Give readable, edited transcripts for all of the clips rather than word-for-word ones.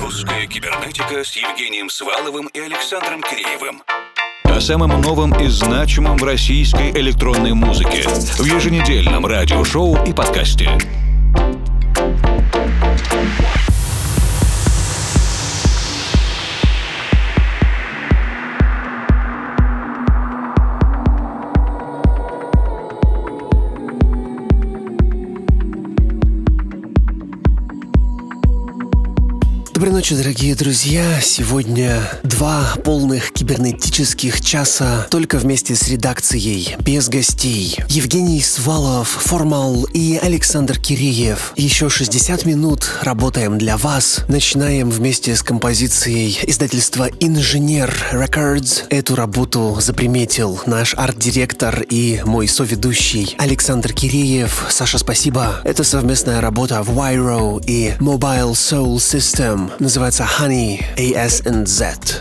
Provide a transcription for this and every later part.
Русская кибернетика с Евгением Сваловым и Александром Киреевым. О самом новом и значимом в российской электронной музыке в еженедельном радиошоу и подкасте. Доброй ночи, дорогие друзья. Сегодня 2 полных кибернетических часа только вместе с редакцией, без гостей. Евгений Свалов, Формал и Александр Киреев. Еще 60 минут работаем для вас. Начинаем вместе с композицией издательства Инженер Records. Эту работу заприметил наш арт-директор и мой соведущий Александр Киреев. Саша, спасибо. Это совместная работа в Wyro и Mobile Soul System. Называется Honey, AS&Z.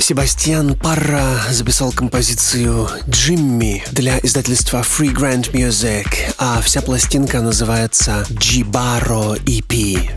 Себастьян Парра записал композицию «Jimmy» для издательства Free Grand Music, а вся пластинка называется «Jibaro EP».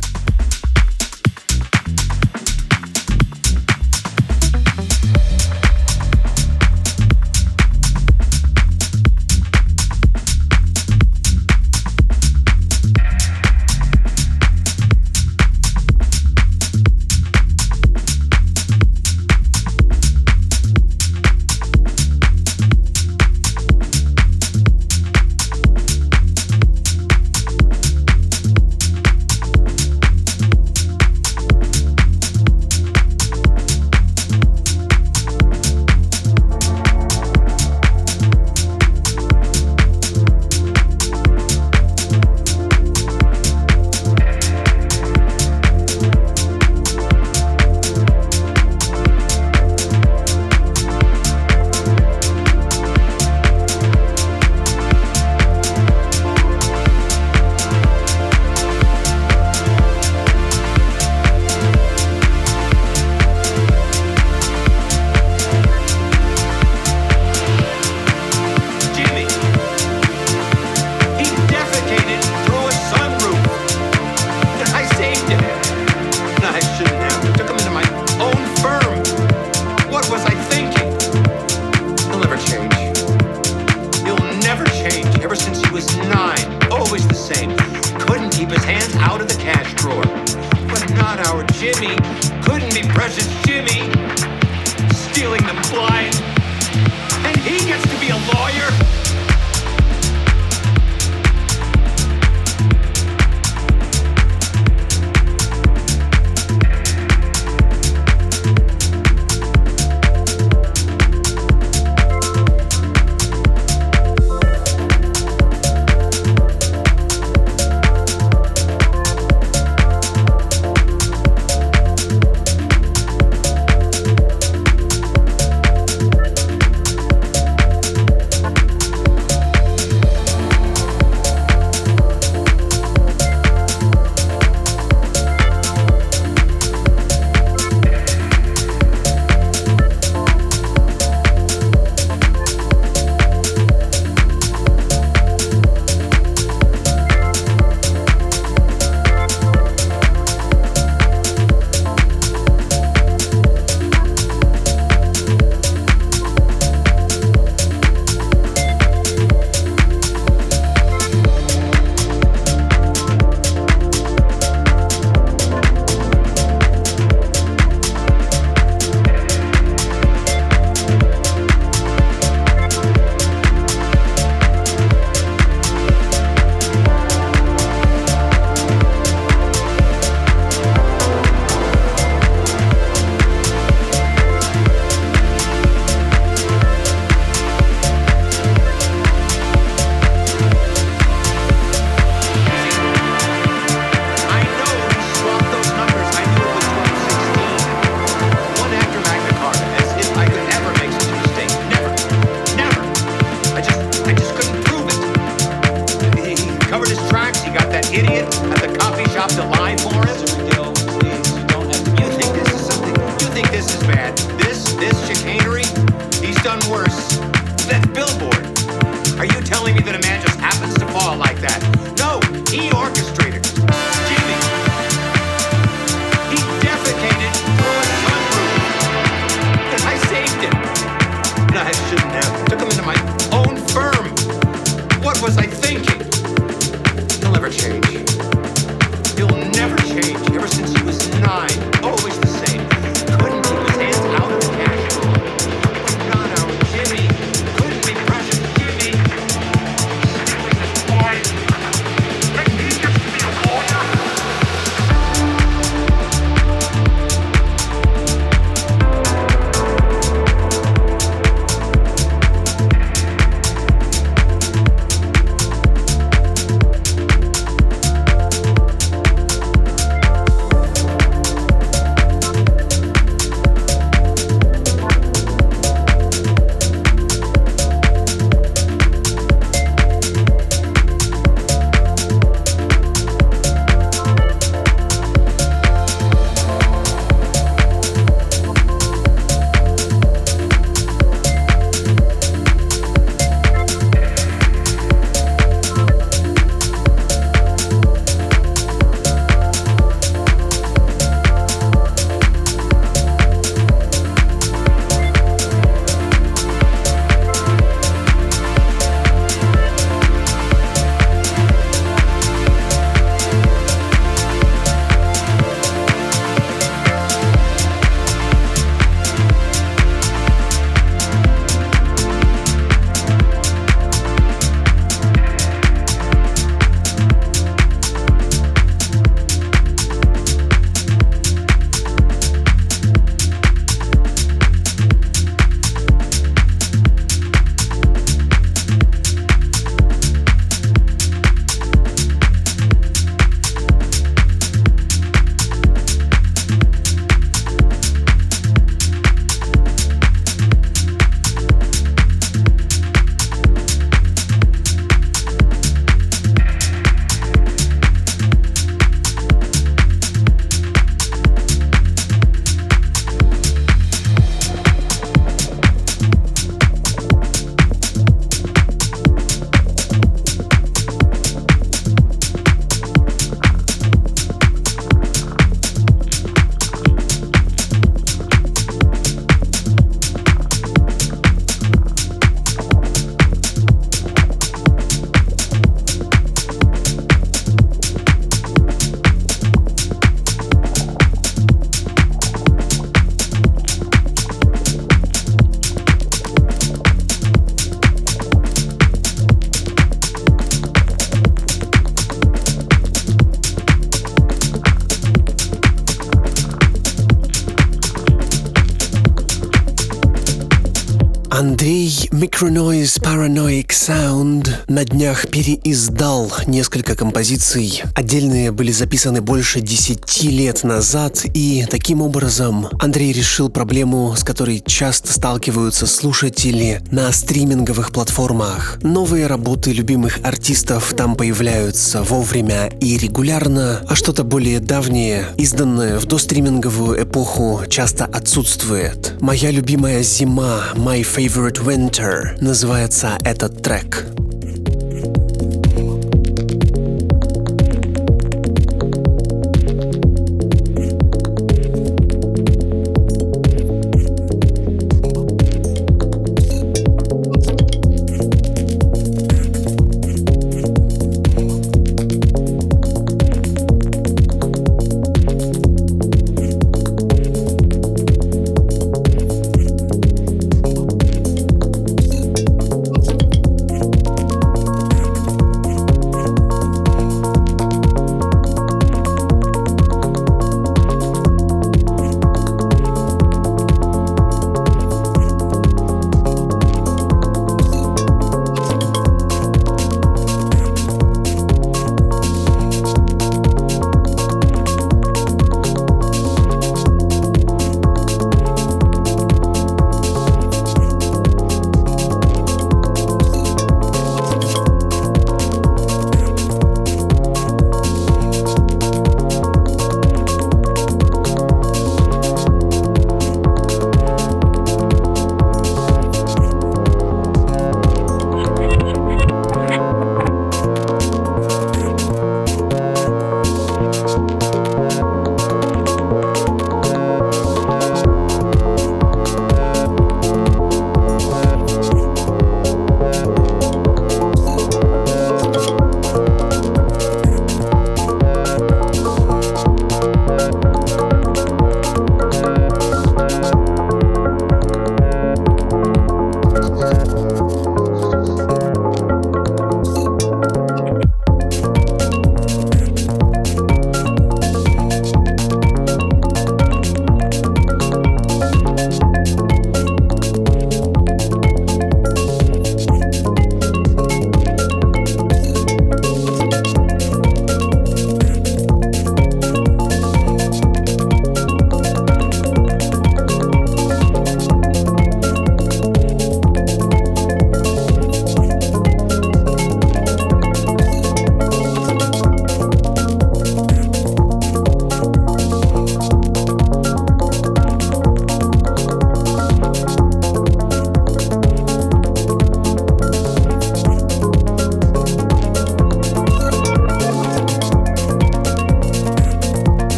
Андрей Micronoise Paranoid Sound на днях переиздал несколько композиций. Отдельные были записаны больше 10 лет назад, и таким образом Андрей решил проблему, с которой часто сталкиваются слушатели на стриминговых платформах. Новые работы любимых артистов там появляются вовремя и регулярно, а что-то более давнее, изданное в достриминговую эпоху, часто отсутствует. «Моя любимая зима», «My Favorite Winter» называется этот трек.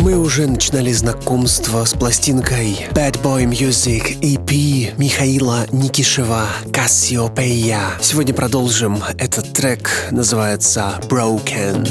Мы уже начинали знакомство с пластинкой Bad Boy Music EP Михаила Никишева «Кассиопея». Сегодня продолжим. Этот трек называется «Broken».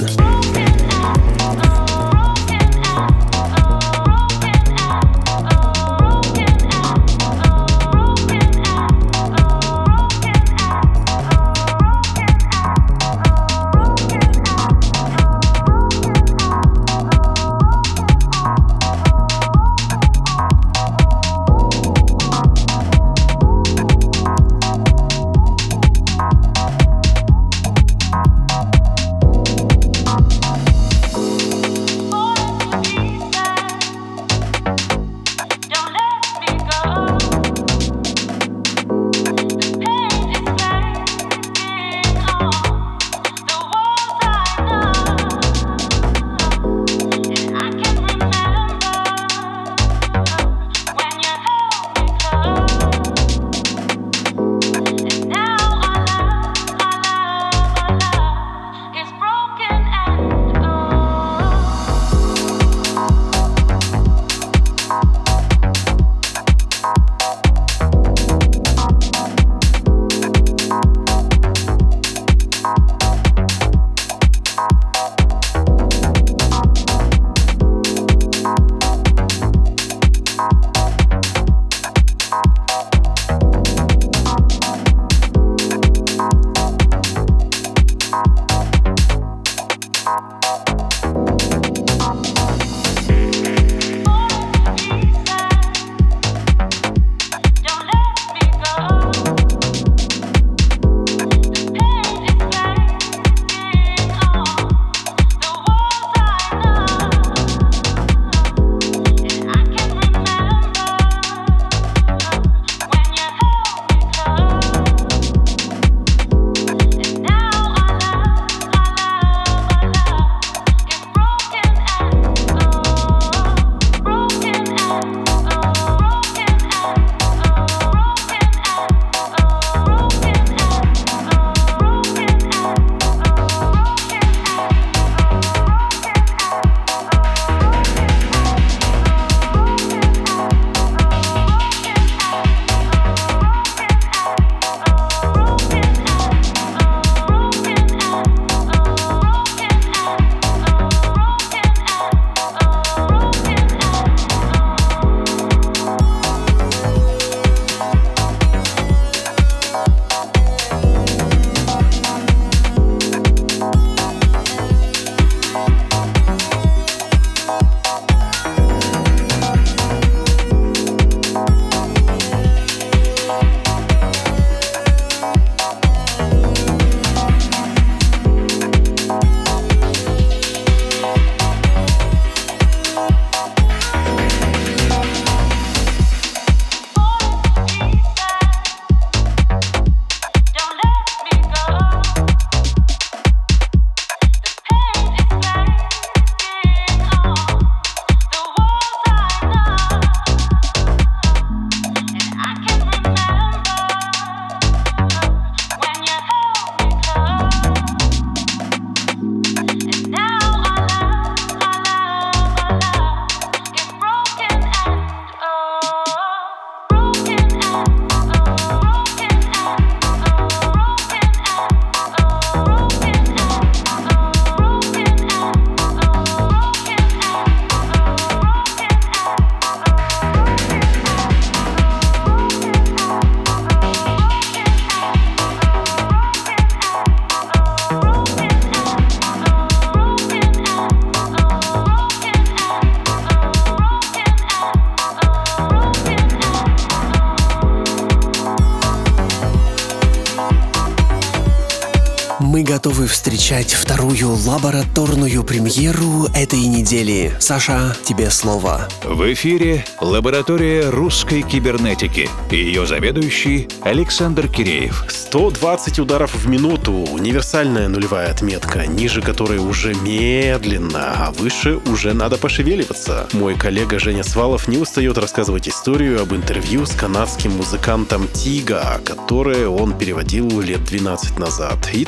Мы готовы встречать вторую лабораторную премьеру этой недели. Саша, тебе слово. В эфире лаборатория русской кибернетики и ее заведующий Александр Киреев. 120 ударов в минуту. Универсальная нулевая отметка, ниже которой уже медленно, а выше уже надо пошевеливаться. Мой коллега Женя Свалов не устает рассказывать историю об интервью с канадским музыкантом Тига, которое он переводил лет 12 назад. И тогда Тига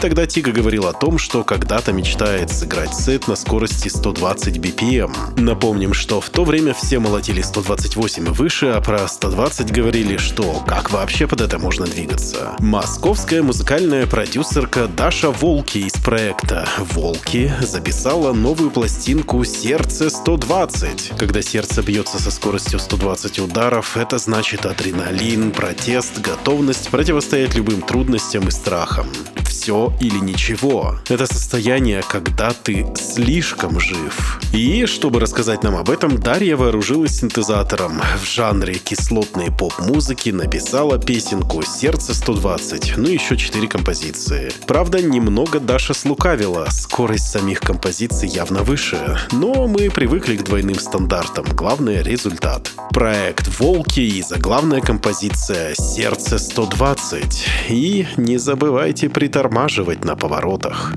Музыка говорила о том, что когда-то мечтает сыграть сет на скорости 120 BPM. Напомним, что в то время все молотили 128 и выше, а про 120 говорили, что как вообще под это можно двигаться. Московская музыкальная продюсерка Даша Волки из проекта «Волки» записала новую пластинку «Сердце 120». Когда сердце бьется со скоростью 120 ударов, это значит адреналин, протест, готовность противостоять любым трудностям и страхам. Все или ничего. Это состояние, когда ты слишком жив. И, чтобы рассказать нам об этом, Дарья вооружилась синтезатором. В жанре кислотной поп-музыки написала песенку «Сердце 120», ну и еще 4 композиции. Правда, немного Даша слукавила, скорость самих композиций явно выше, но мы привыкли к двойным стандартам, главное — результат. Проект «Волки» и заглавная композиция «Сердце 120». И не забывайте притормаживать на поворотах.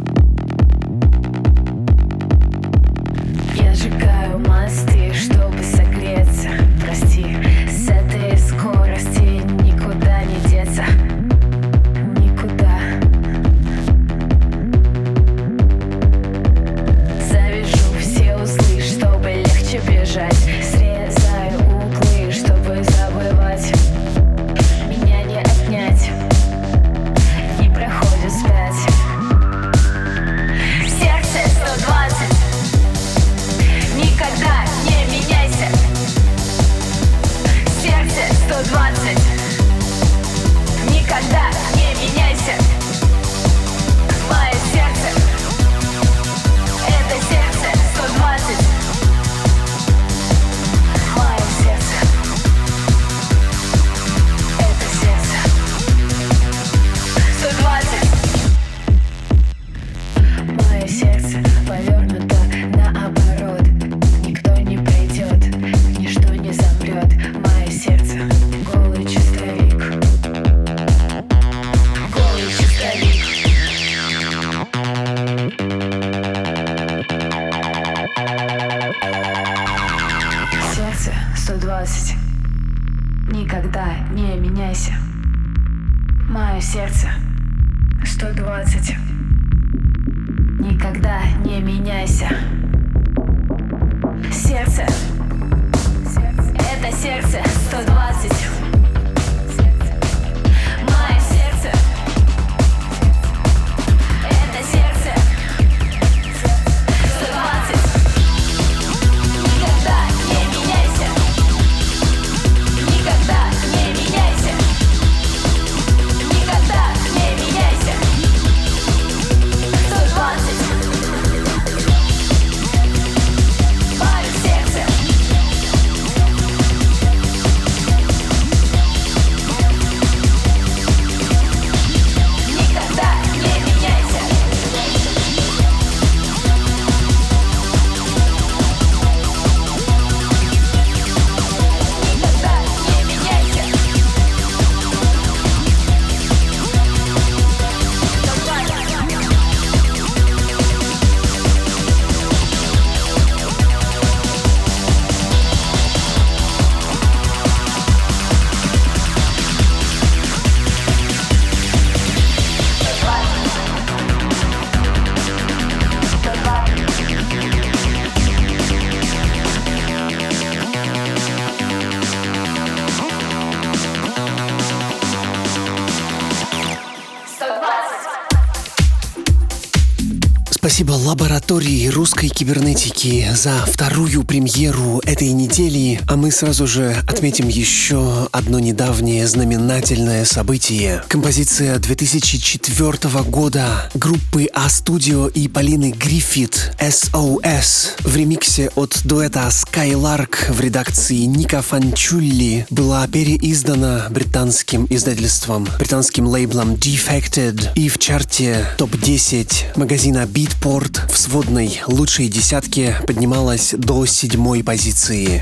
Я сжигаю мосты, чтобы согреться. Прости, с этой скорости никуда не деться. Никуда. Завяжу все узлы, чтобы легче бежать. Срезаю углы, чтобы забывать. Меня не отнять. Не проходит спять. Сердце 120. Никогда не меняйся. Сердце 120. Никогда не меняйся. Мое сердце. Это сердце 120. Мое сердце. Это сердце 120. Мое сердце повернуто наоборот. Никто не пройдет, ничто не замрет. Мое сердце голый чистовик. Голый чистовик. Сердце 120. Никогда не меняйся. Мое сердце 120. Никогда не меняйся. Сердце. Это сердце 120. Мое сердце. Это сердце 120. Никогда не меняйся. Никогда не меняйся. Никогда не меняйся. 120. Мое сердце. Спасибо лаборатории русской кибернетики за вторую премьеру этой недели, а мы сразу же отметим еще одно недавнее знаменательное событие. Композиция 2004 года группы А-Студио и Полины Гриффит «SOS» в ремиксе от дуэта Skylark в редакции Ника Фанчулли была переиздана британским издательством, британским лейблом Defected и в чарте топ-10 магазина Beatport в сводной лучшей десятке поднималась до 7-й позиции.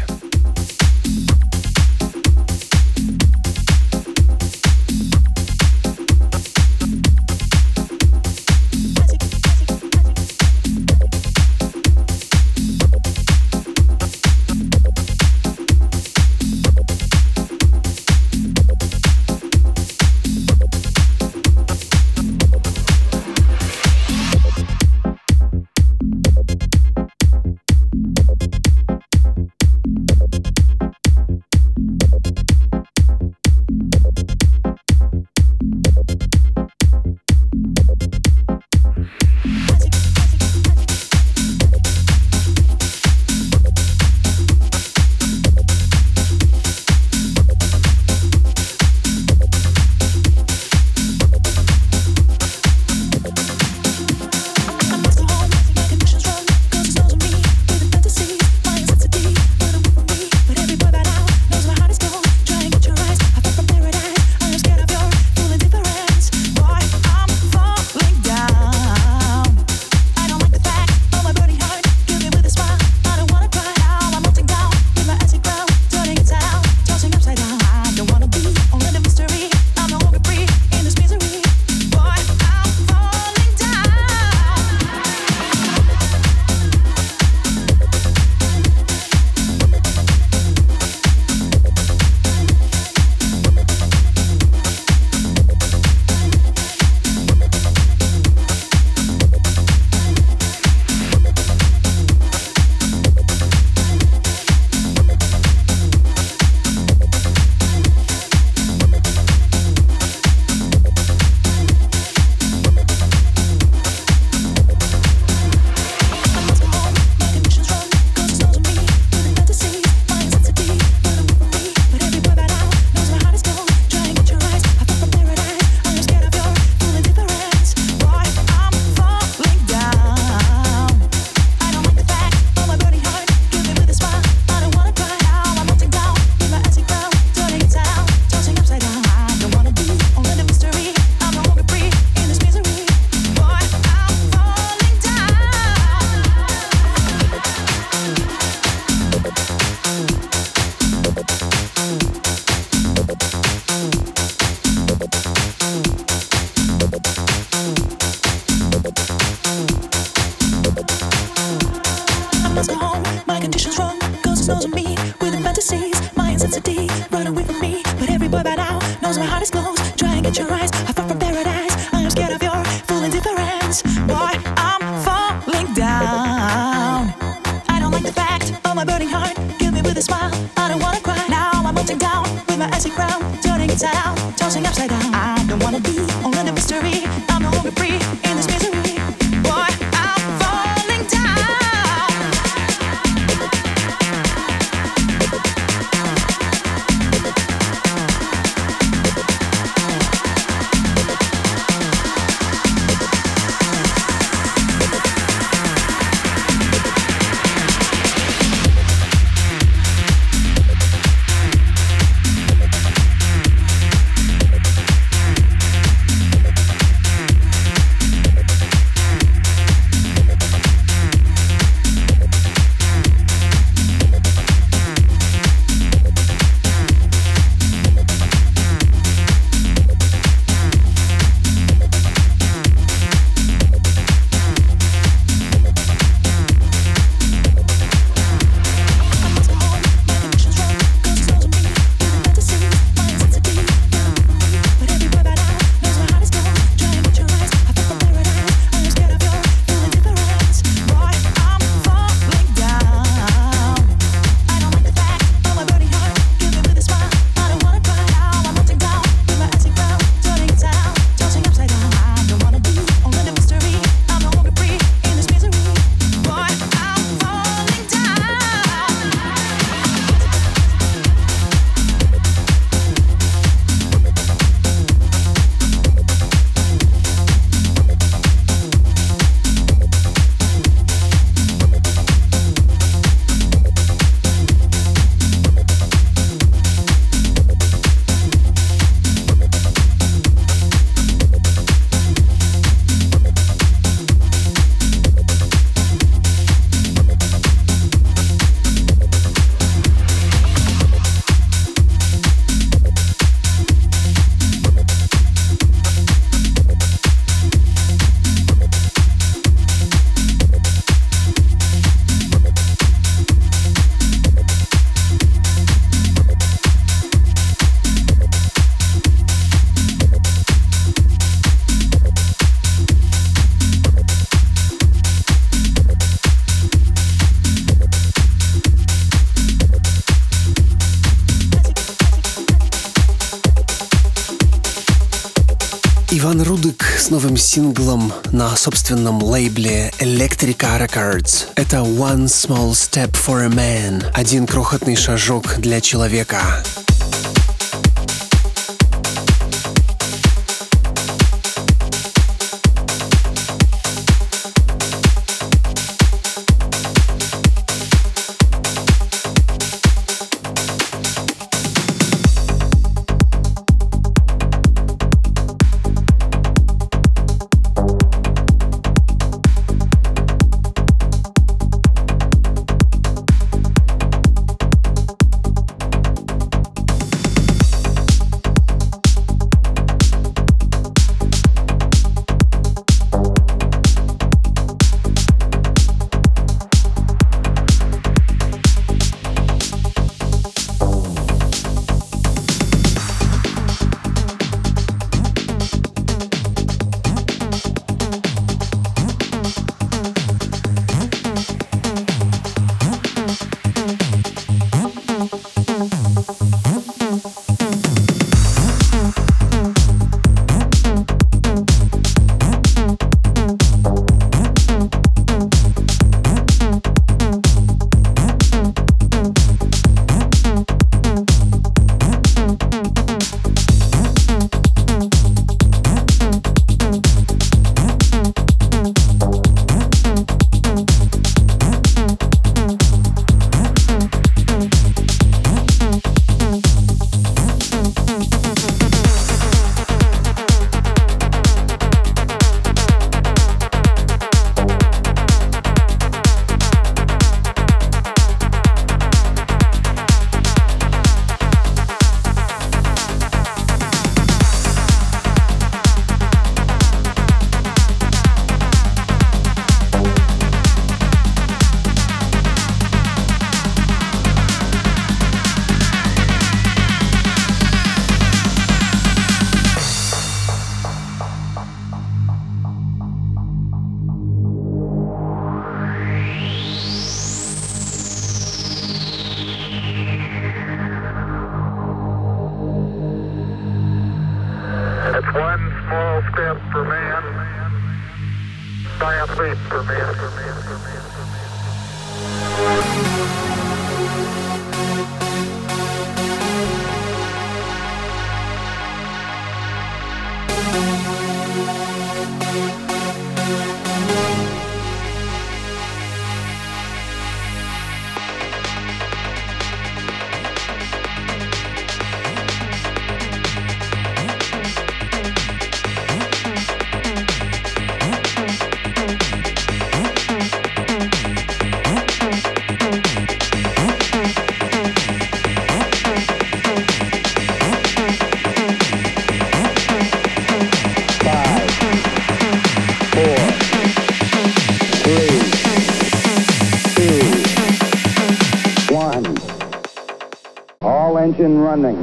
must go home. My condition's wrong, cause it knows me. With the fantasies, my intensity, run away from me. But every boy by now knows my heart is closed. Try and get your eyes, I fall from paradise. I am scared of your full indifference. Boy, I'm falling down. I don't like the fact of my burning heart. Kill me with a smile, I don't wanna cry. Now I'm melting down with my acid crown, turning inside out, tossing upside down. I don't wanna be all in the mystery. I'm no longer free in this misery. Boy, I'm falling down. Иван Рудик с новым синглом на собственном лейбле Electrica Records. Это One Small Step for a Man. Один крохотный шажок для человека. One small step for man, giant leap for man. Engine running.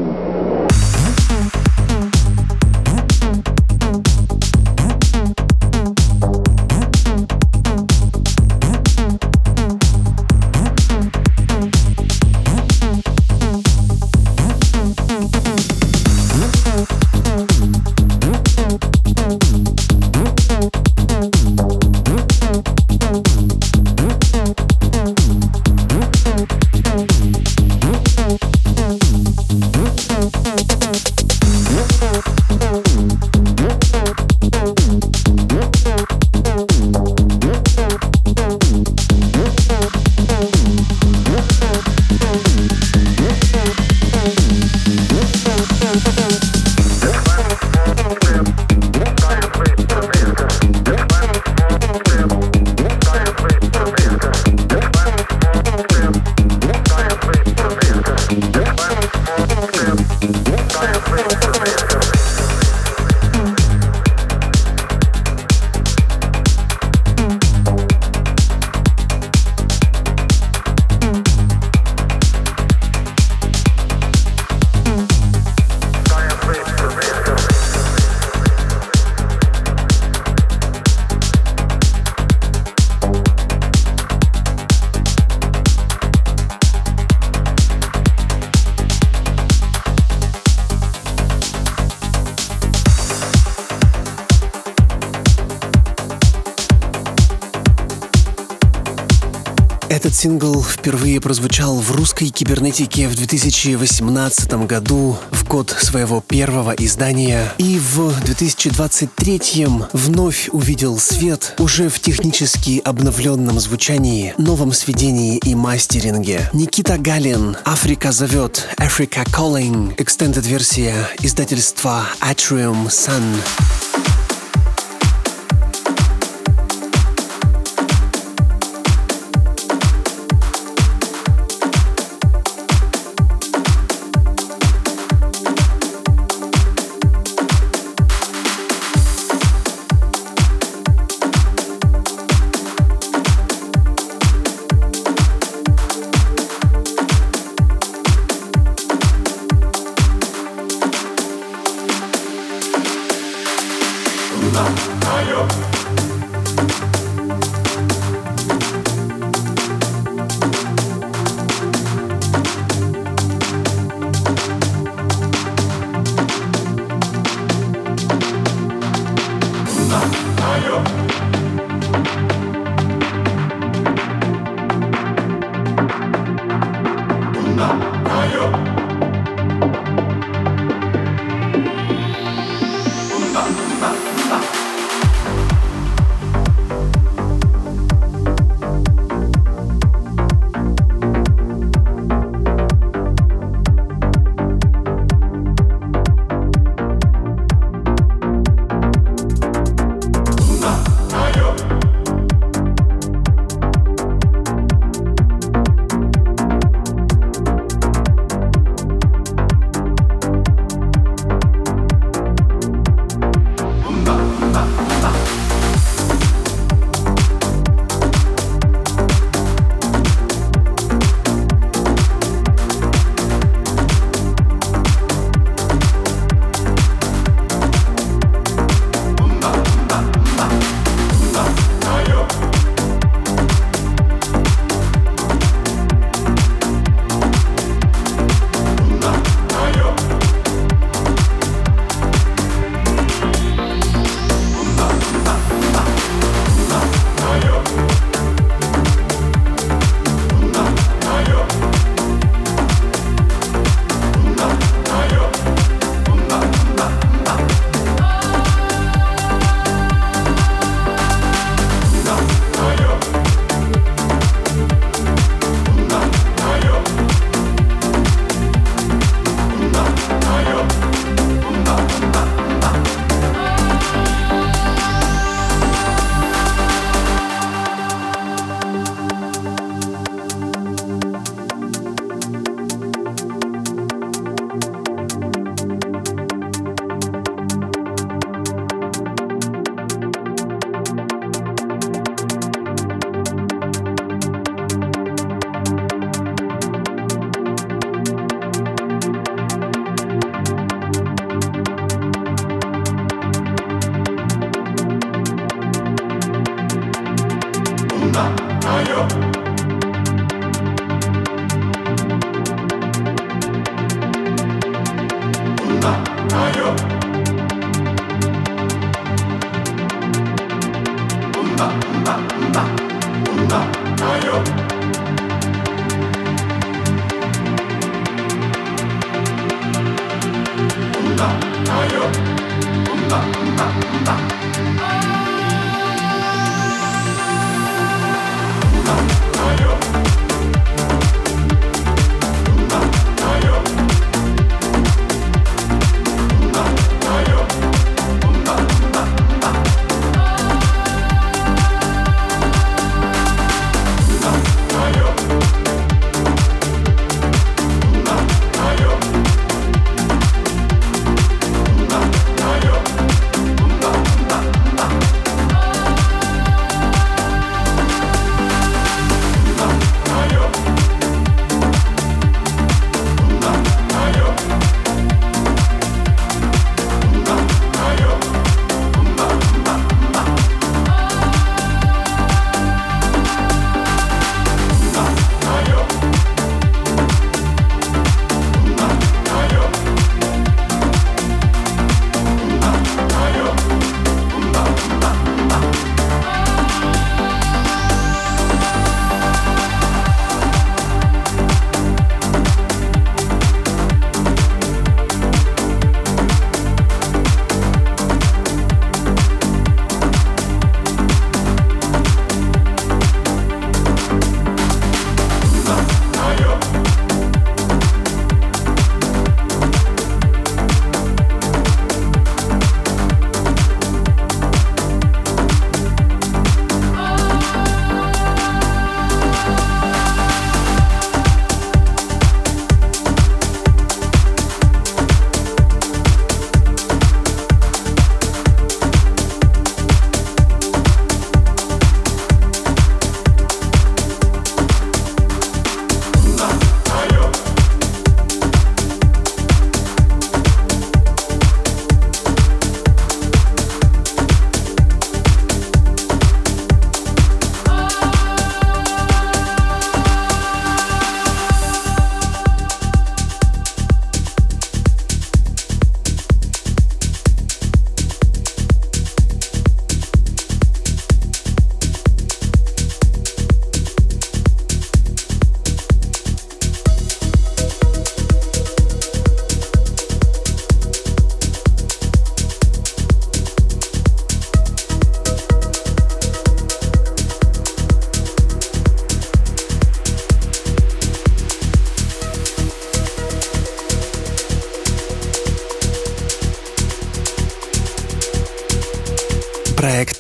Этот сингл впервые прозвучал в русской кибернетике в 2018 году, в год своего первого издания, и в 2023 вновь увидел свет уже в технически обновленном звучании, новом сведении и мастеринге. Никита Галин, «Африка зовет», «Africa Calling», экстендед-версия издательства Atrium Sun.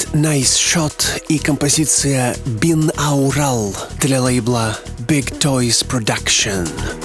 Nice Shot и композиция Bin Aural для лейбла Big Toys Production.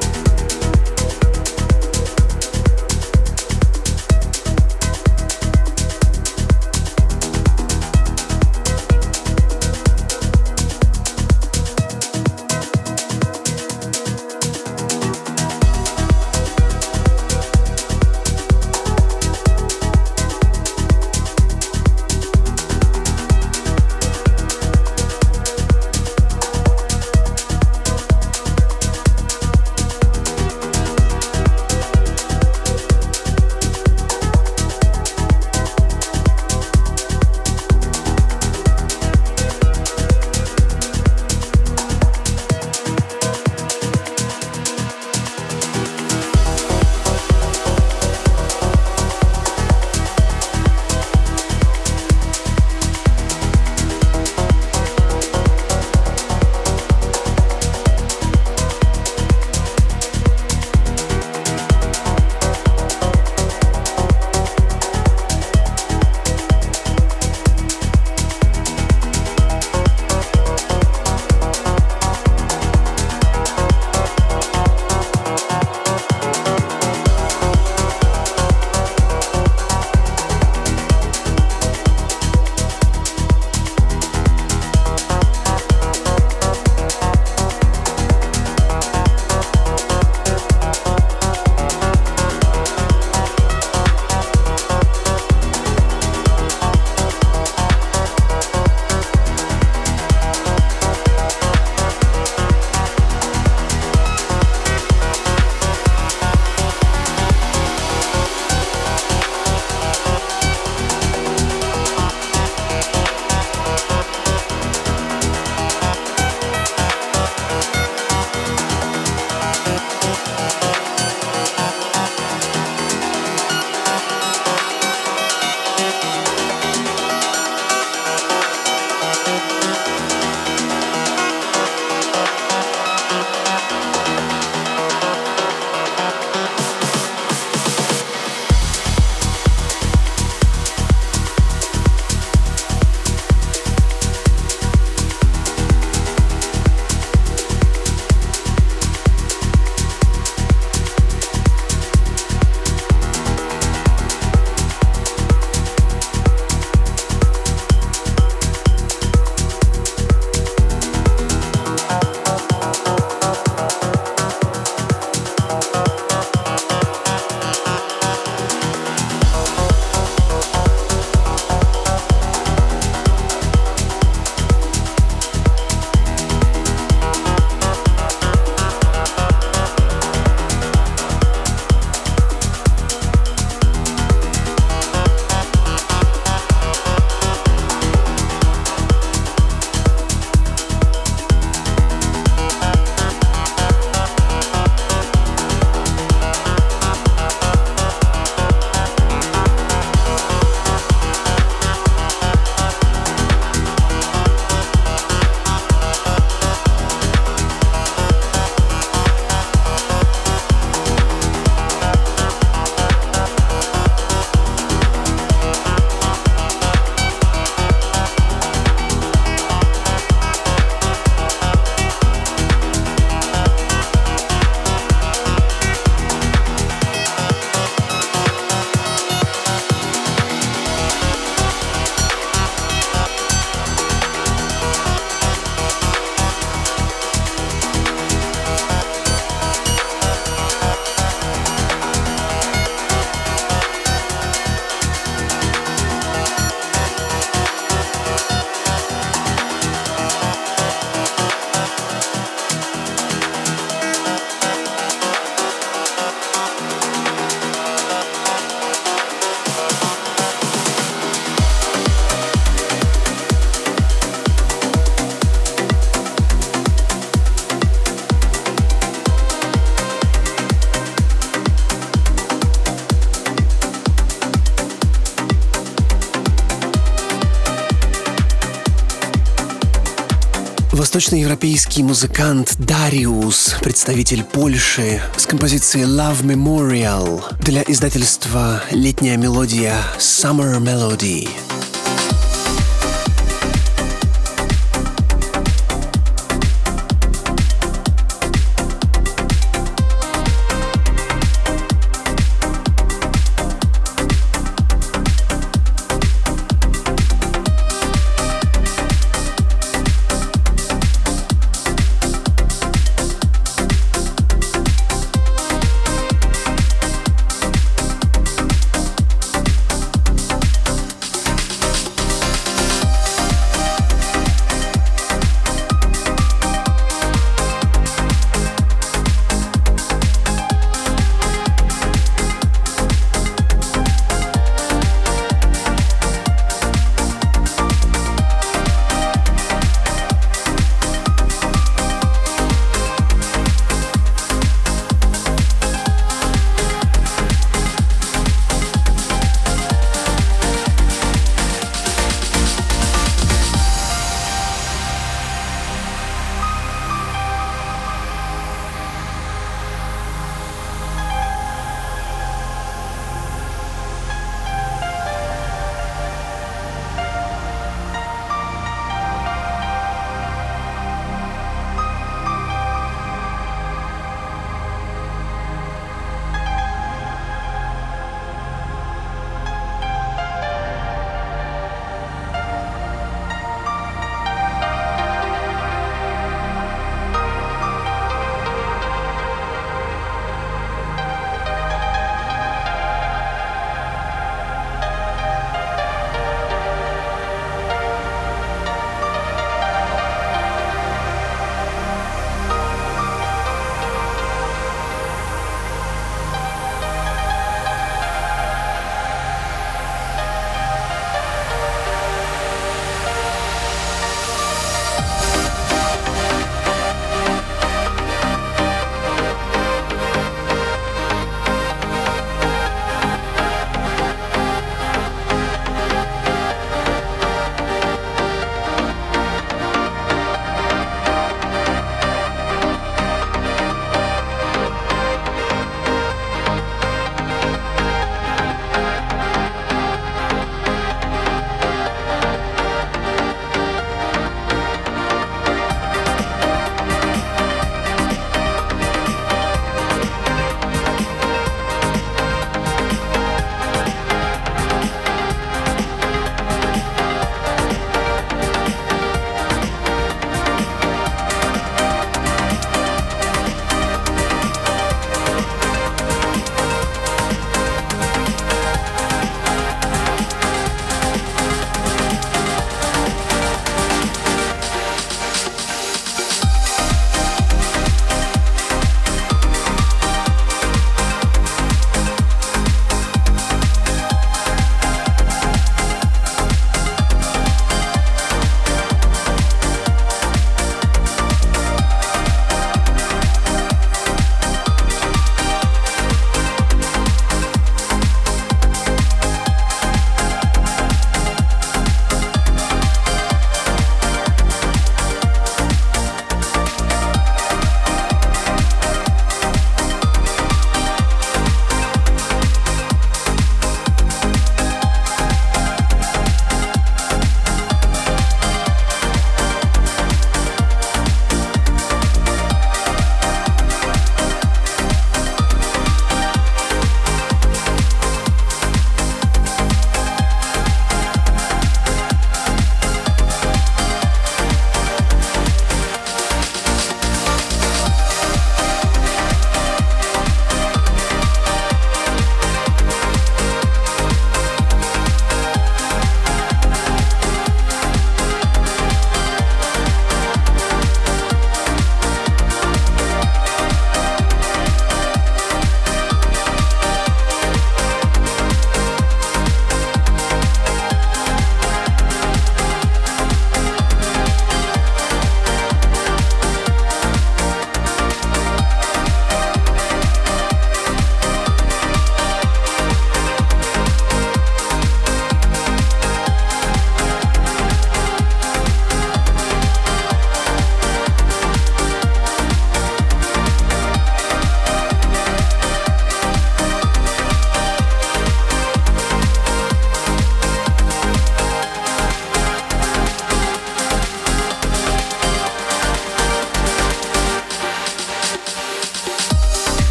Восточноевропейский музыкант Darius, представитель Польши, с композицией Love Memorial для издательства «Летняя мелодия» Summer Melody.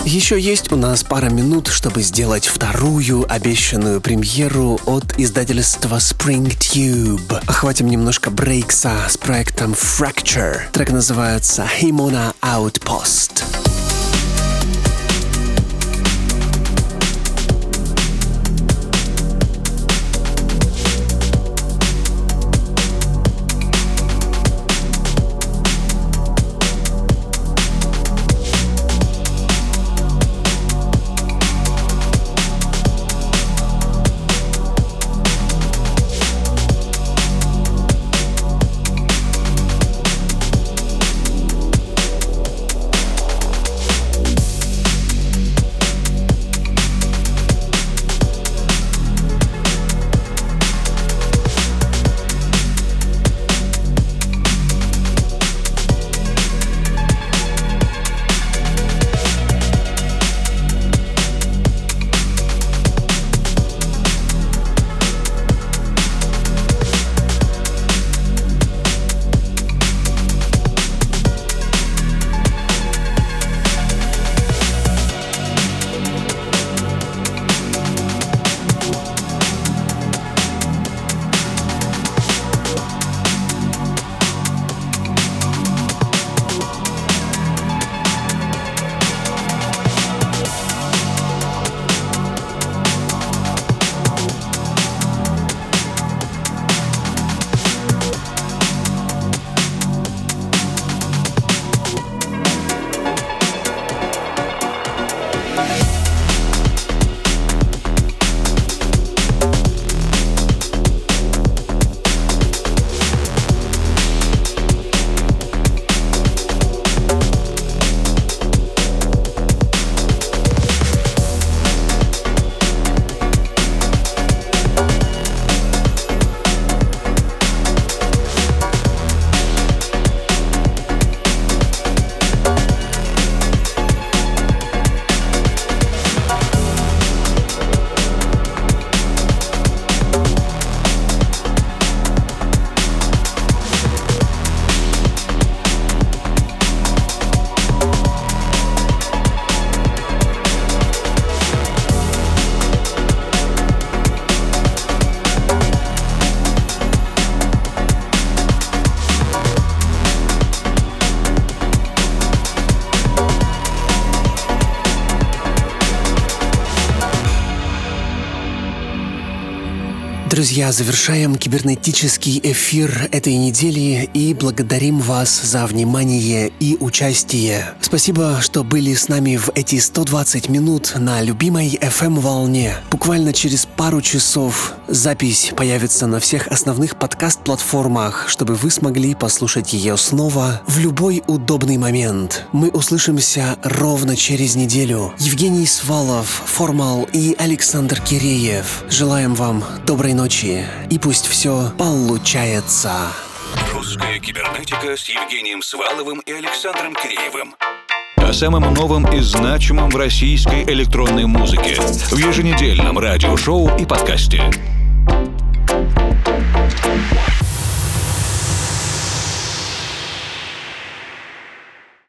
Еще есть у нас пара минут, чтобы сделать вторую обещанную премьеру от издательства Spring Tube. Охватим немножко брейкса с проектом Fracture. Трек называется Himona Outpost. Друзья, завершаем кибернетический эфир этой недели и благодарим вас за внимание и участие. Спасибо, что были с нами в эти 120 минут на любимой FM-волне. Буквально через пару часов запись появится на всех основных подкаст-платформах, чтобы вы смогли послушать ее снова в любой удобный момент. Мы услышимся ровно через неделю. Евгений Свалов, Формал и Александр Киреев. Желаем вам доброй ночи. И пусть все получается. Русская кибернетика с Евгением Сваловым и Александром Киреевым. О самом новом и значимом в российской электронной музыке в еженедельном радиошоу и подкасте.